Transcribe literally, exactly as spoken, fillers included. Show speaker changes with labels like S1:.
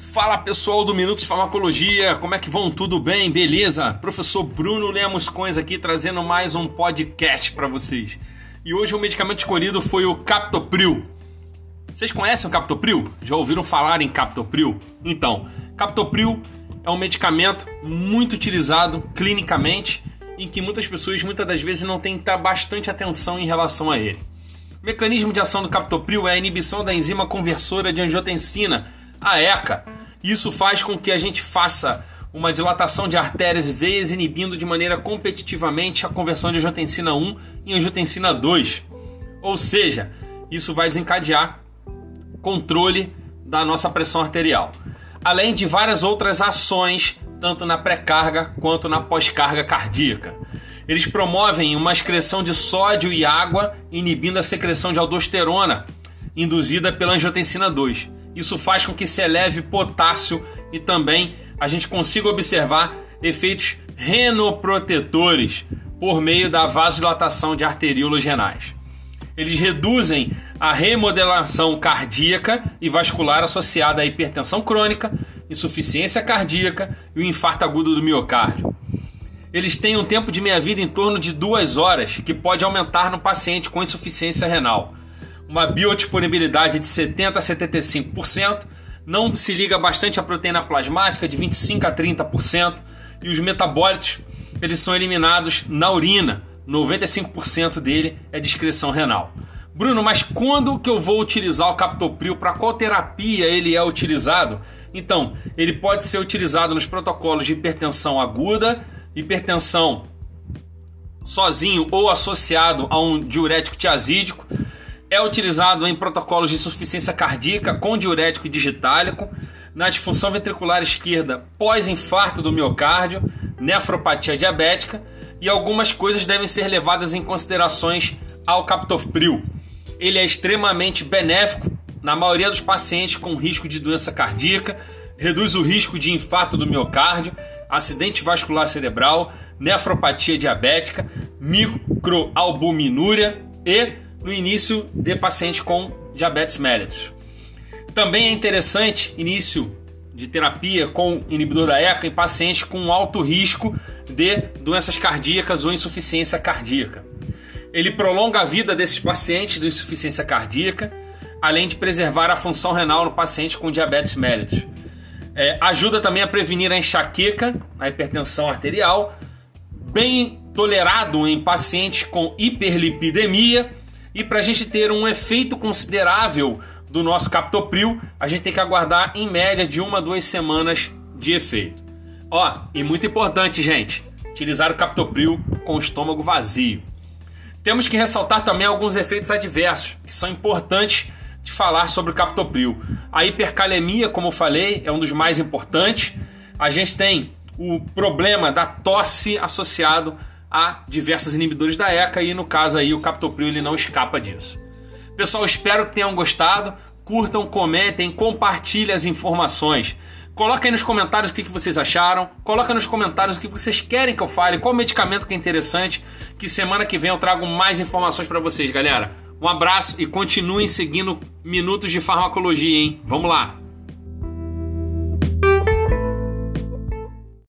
S1: Fala pessoal do Minutos de Farmacologia, como é que vão? Tudo bem? Beleza? Professor Bruno Lemos Coins aqui trazendo mais um podcast para vocês. E hoje o medicamento escolhido foi o Captopril. Vocês conhecem o Captopril? Já ouviram falar em Captopril? Então, Captopril é um medicamento muito utilizado clinicamente em que muitas pessoas muitas das vezes não têm que dar bastante atenção em relação a ele. O mecanismo de ação do Captopril é a inibição da enzima conversora de angiotensina, a ECA. Isso faz com que a gente faça uma dilatação de artérias e veias, inibindo de maneira competitivamente a conversão de angiotensina um em angiotensina dois. Ou seja, isso vai desencadear controle da nossa pressão arterial. Além de várias outras ações, tanto na pré-carga quanto na pós-carga cardíaca. Eles promovem uma excreção de sódio e água, inibindo a secreção de aldosterona, induzida pela angiotensina dois. Isso faz com que se eleve potássio e também a gente consiga observar efeitos renoprotetores por meio da vasodilatação de arteríolas renais. Eles reduzem a remodelação cardíaca e vascular associada à hipertensão crônica, insuficiência cardíaca e o infarto agudo do miocárdio. Eles têm um tempo de meia-vida em torno de duas horas, que pode aumentar no paciente com insuficiência renal. Uma biodisponibilidade de setenta a setenta e cinco por cento, não se liga bastante à proteína plasmática de vinte e cinco a trinta por cento e os metabólitos eles são eliminados na urina, noventa e cinco por cento dele é de excreção renal. Bruno, mas quando que eu vou utilizar o Captopril? Para qual terapia ele é utilizado? Então, ele pode ser utilizado nos protocolos de hipertensão aguda, hipertensão sozinho ou associado a um diurético tiazídico. É utilizado em protocolos de insuficiência cardíaca com diurético e digitálico, na disfunção ventricular esquerda pós-infarto do miocárdio, nefropatia diabética, e algumas coisas devem ser levadas em considerações ao Captopril. Ele é extremamente benéfico na maioria dos pacientes com risco de doença cardíaca, reduz o risco de infarto do miocárdio, acidente vascular cerebral, nefropatia diabética, microalbuminúria e no início de pacientes com diabetes mellitus. Também é interessante início de terapia com inibidor da ECA em pacientes com alto risco de doenças cardíacas ou insuficiência cardíaca. Ele prolonga a vida desses pacientes de insuficiência cardíaca, além de preservar a função renal no paciente com diabetes mellitus. É, ajuda também a prevenir a enxaqueca, a hipertensão arterial, bem tolerado em pacientes com hiperlipidemia. E para a gente ter um efeito considerável do nosso Captopril, a gente tem que aguardar em média de uma a duas semanas de efeito. Ó, e muito importante, gente, utilizar o Captopril com o estômago vazio. Temos que ressaltar também alguns efeitos adversos, que são importantes de falar sobre o Captopril. A hipercalemia, como eu falei, é um dos mais importantes. A gente tem o problema da tosse associado a diversos inibidores da ECA e no caso aí o Captopril ele não escapa disso. Pessoal, espero que tenham gostado, curtam, comentem, compartilhem as informações. Coloca aí nos comentários o que vocês acharam, coloca nos comentários o que vocês querem que eu fale, qual medicamento que é interessante, que semana que vem eu trago mais informações para vocês, galera. Um abraço e continuem seguindo Minutos de Farmacologia, hein? Vamos lá!